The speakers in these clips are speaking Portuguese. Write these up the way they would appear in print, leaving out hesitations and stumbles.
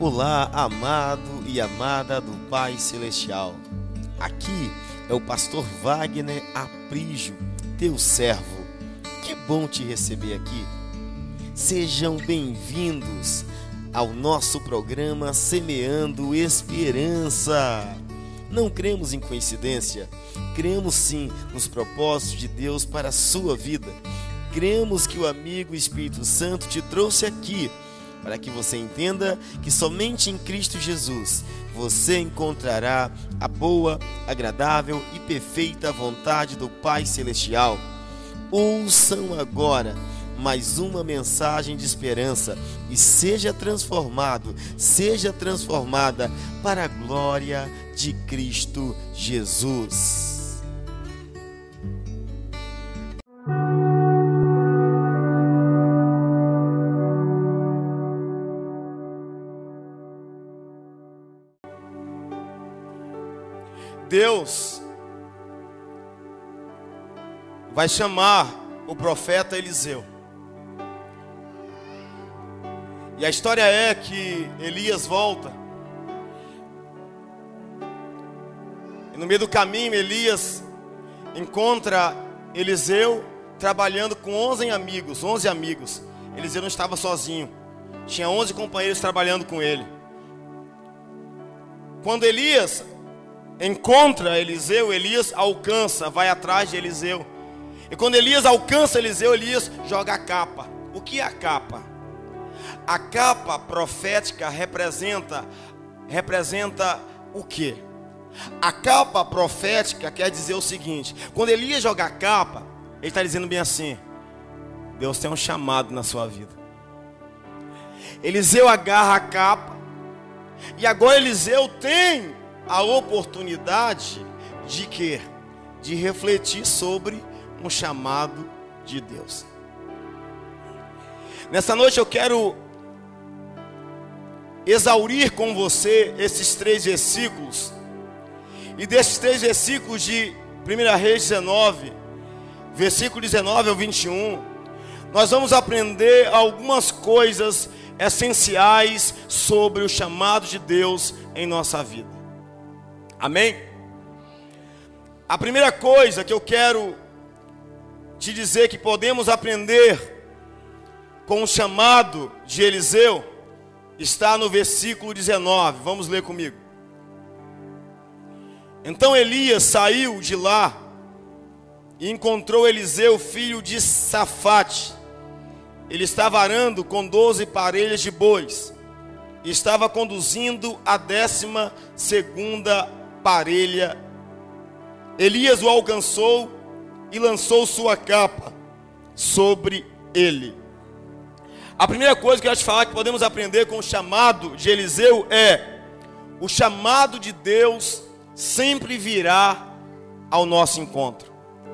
Olá, amado e amada do Pai Celestial. Aqui é o pastor Wagner Aprígio, teu servo. Que bom te receber aqui. Sejam bem-vindos ao nosso programa Semeando Esperança. Não cremos em coincidência, cremos sim nos propósitos de Deus para a sua vida. Cremos que o amigo Espírito Santo te trouxe aqui para que você entenda que somente em Cristo Jesus você encontrará a boa, agradável e perfeita vontade do Pai Celestial. Ouçam agora mais uma mensagem de esperança e seja transformado, seja transformada para a glória de Cristo Jesus. Deus vai chamar o profeta Eliseu. E a história é que Elias volta. E no meio do caminho, Elias encontra Eliseu trabalhando com 11 amigos. Eliseu não estava sozinho. Tinha 11 companheiros trabalhando com ele. Quando Elias encontra Eliseu, Elias alcança, vai atrás de Eliseu. E quando Elias alcança Eliseu, Elias joga a capa. O que é a capa? A capa profética representa o quê? A capa profética quer dizer o seguinte: quando Elias joga a capa, ele está dizendo bem assim: Deus tem um chamado na sua vida. Eliseu agarra a capa, e agora Eliseu tem a oportunidade de quê? De refletir sobre um chamado de Deus. Nessa noite eu quero exaurir com você esses 3 versículos. E desses 3 versículos de 1 Reis 19, versículo 19 ao 21, nós vamos aprender algumas coisas essenciais sobre o chamado de Deus em nossa vida. Amém? A primeira coisa que eu quero te dizer que podemos aprender com o chamado de Eliseu está no versículo 19. Vamos ler comigo. Então Elias saiu de lá e encontrou Eliseu, filho de Safate. Ele estava arando com 12 parelhas de bois e estava conduzindo a 12ª parelha. Elias o alcançou e lançou sua capa sobre ele. A primeira coisa que eu quero te falar que podemos aprender com o chamado de Eliseu é: o chamado de Deus sempre virá ao nosso encontro.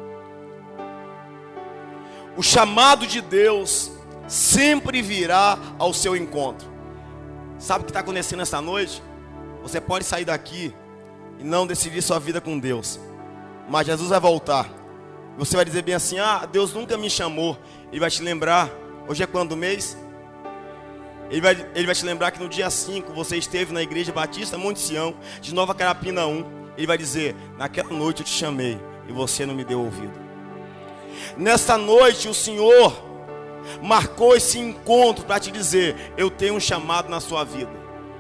O chamado de Deus sempre virá ao seu encontro. Sabe o que está acontecendo essa noite? Você pode sair daqui e não decidir sua vida com Deus, mas Jesus vai voltar. Você vai dizer bem assim: ah, Deus nunca me chamou. Ele vai te lembrar. Hoje é quando do mês? Ele vai te lembrar que no dia 5 você esteve na Igreja Batista Monte Sião, de Nova Carapina 1. Ele vai dizer: naquela noite eu te chamei e você não me deu ouvido. Nesta noite o Senhor marcou esse encontro para te dizer: eu tenho um chamado na sua vida.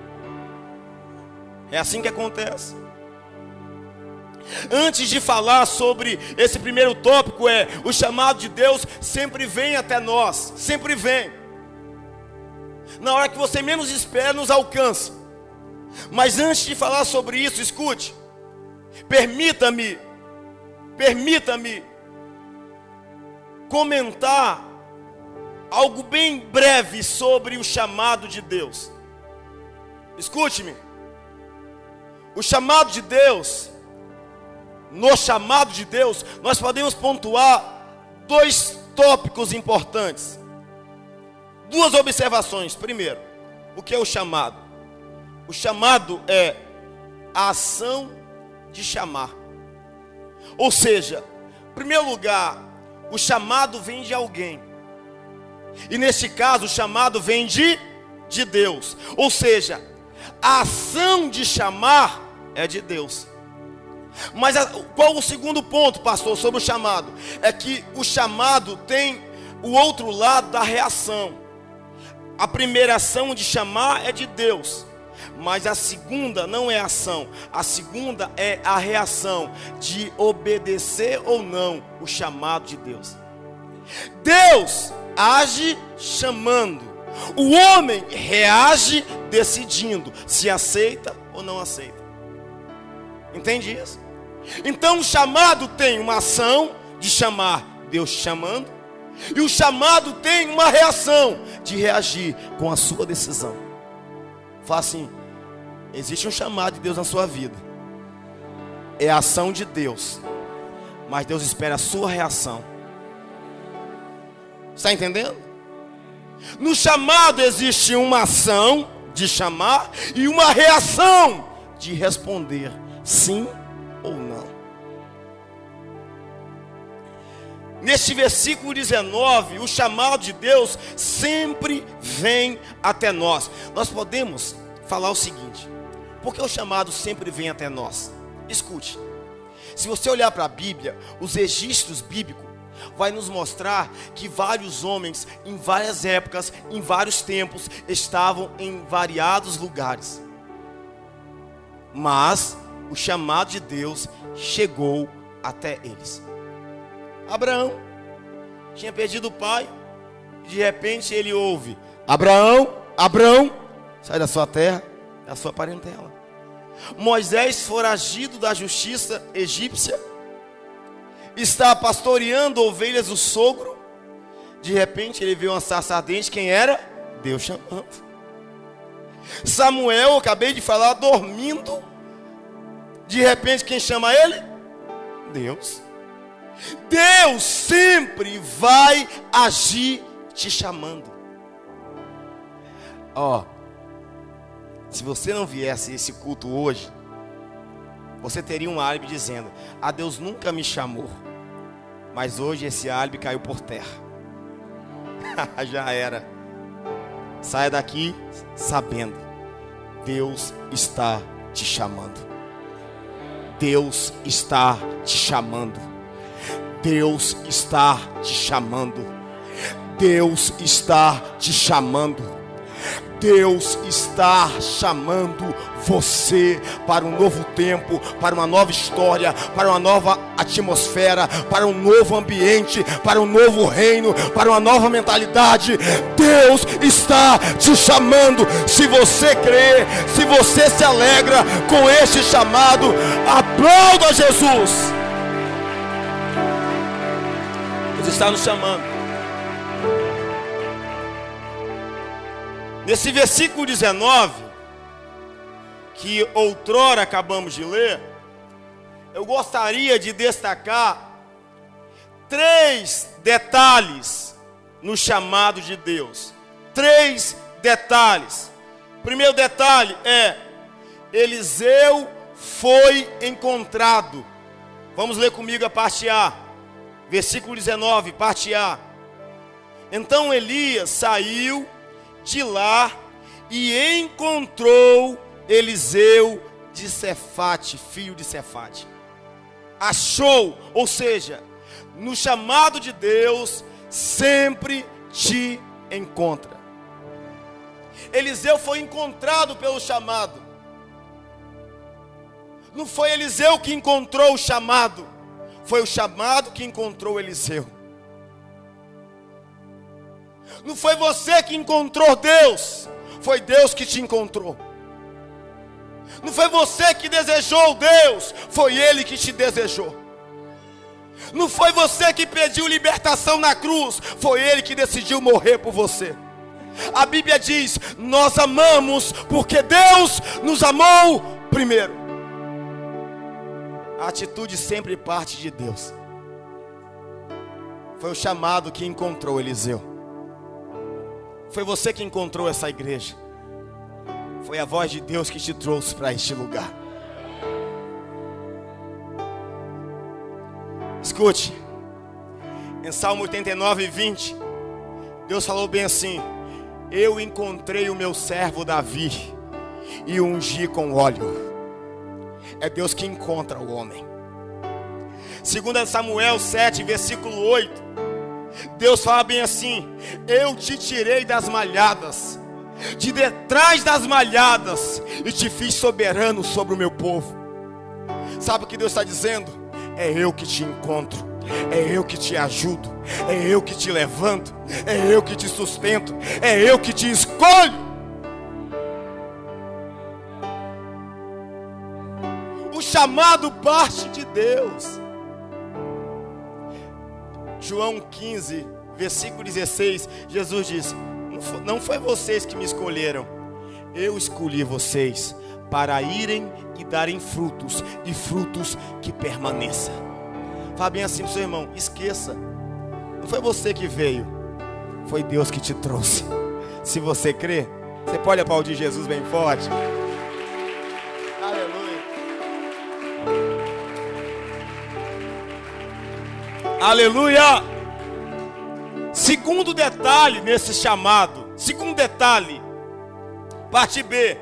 É assim que acontece. Antes de falar sobre esse primeiro tópico, o chamado de Deus sempre vem até nós, sempre vem. Na hora que você menos espera, nos alcança. Mas antes de falar sobre isso, escute. Permita-me comentar algo bem breve sobre o chamado de Deus. Escute-me. O chamado de Deus, no chamado de Deus, nós podemos pontuar 2 tópicos importantes. 2 observações. Primeiro, o que é o chamado? O chamado é a ação de chamar. Ou seja, em primeiro lugar, o chamado vem de alguém. E neste caso, o chamado vem de Deus. Ou seja, A ação de chamar é de Deus. Mas qual o segundo ponto, pastor, sobre o chamado? É que o chamado tem o outro lado da reação. A primeira ação de chamar é de Deus, mas a segunda não é ação. A segunda é a reação de obedecer ou não o chamado de Deus. Deus age chamando, o homem reage decidindo se aceita ou não aceita. Entende isso? Então o chamado tem uma ação de chamar, Deus chamando, e o chamado tem uma reação de reagir com a sua decisão. Fala assim: existe um chamado de Deus na sua vida, é a ação de Deus, mas Deus espera a sua reação. Está entendendo? No chamado existe uma ação de chamar e uma reação de responder sim ou não. Neste versículo 19, o chamado de Deus sempre vem até nós. Nós podemos falar o seguinte: por que o chamado sempre vem até nós? Escute, se você olhar para a Bíblia, os registros bíblicos vai nos mostrar que vários homens, em várias épocas, em vários tempos, estavam em variados lugares. Mas o chamado de Deus chegou até eles. Abraão tinha perdido o pai, de repente ele ouve: Abraão, Abraão, sai da sua terra, da sua parentela. Moisés, foragido da justiça egípcia, está pastoreando ovelhas do sogro. De repente ele vê uma sarça ardente. Quem era? Deus chamando. Samuel, acabei de falar, dormindo. De repente quem chama ele? Deus. Deus sempre vai agir te chamando. Se você não viesse a esse culto hoje, você teria um álibi dizendo: ah, Deus nunca me chamou. Mas hoje esse álibi caiu por terra. Já era. Saia daqui sabendo: Deus está te chamando. Deus está te chamando. Deus está te chamando. Deus está te chamando. Deus está chamando você para um novo tempo, para uma nova história, para uma nova atmosfera, para um novo ambiente, para um novo reino, para uma nova mentalidade. Deus está te chamando. Se você crê, se você se alegra com este chamado, aplauda Jesus. Deus está nos chamando. Nesse versículo 19, que outrora acabamos de ler, eu gostaria de destacar 3 detalhes no chamado de Deus. 3 detalhes. O primeiro detalhe é: Eliseu foi encontrado. Vamos ler comigo a parte A. Versículo 19, parte A. Então Elias saiu de lá e encontrou Eliseu de Cefate, filho de Cefate. Achou, ou seja, no chamado de Deus sempre te encontra. Eliseu foi encontrado pelo chamado. Não foi Eliseu que encontrou o chamado, foi o chamado que encontrou Eliseu. Não foi você que encontrou Deus, foi Deus que te encontrou. Não foi você que desejou Deus, foi Ele que te desejou. Não foi você que pediu libertação na cruz, foi Ele que decidiu morrer por você. A Bíblia diz: nós amamos porque Deus nos amou primeiro. A atitude sempre parte de Deus. Foi o chamado que encontrou Eliseu. Foi você que encontrou essa igreja. Foi a voz de Deus que te trouxe para este lugar. Escute, em Salmo 89, 20, Deus falou bem assim: eu encontrei o meu servo Davi, e ungir com óleo. É Deus que encontra o homem. 2 Samuel 7, versículo 8. Deus fala bem assim: eu te tirei das malhadas, de detrás das malhadas, e te fiz soberano sobre o meu povo. Sabe o que Deus está dizendo? É eu que te encontro, é eu que te ajudo, é eu que te levanto, é eu que te sustento, é eu que te escolho. O chamado parte de Deus. João 15, versículo 16, Jesus disse: não foi vocês que me escolheram, eu escolhi vocês para irem e darem frutos, e frutos que permaneçam. Fala bem assim pro seu irmão: esqueça, não foi você que veio, foi Deus que te trouxe. Se você crê, você pode aplaudir Jesus bem forte. Aleluia. Aleluia. Segundo detalhe nesse chamado, segundo detalhe, parte B.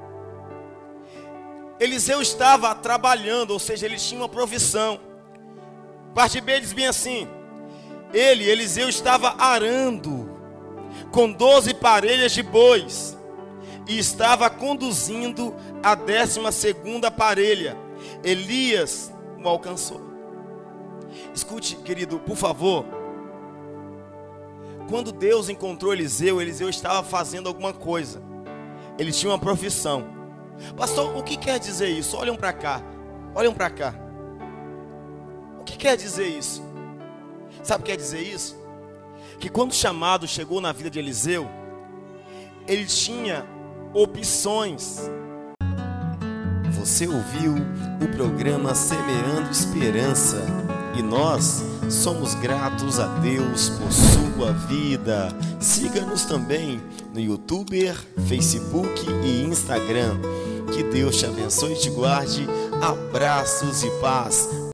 Eliseu estava trabalhando, ou seja, ele tinha uma profissão. Parte B diz bem assim: Eliseu estava arando com 12 parelhas de bois e estava conduzindo a 12ª parelha. Elias o alcançou. Escute, querido, por favor. Quando Deus encontrou Eliseu, Eliseu estava fazendo alguma coisa. Ele tinha uma profissão. Pastor, o que quer dizer isso? Olhem para cá. Olhem para cá. O que quer dizer isso? Sabe o que quer dizer isso? Que quando o chamado chegou na vida de Eliseu, ele tinha opções. Você ouviu o programa Semeando Esperança, e nós somos gratos a Deus por sua vida. Siga-nos também no YouTube, Facebook e Instagram. Que Deus te abençoe e te guarde. Abraços e paz.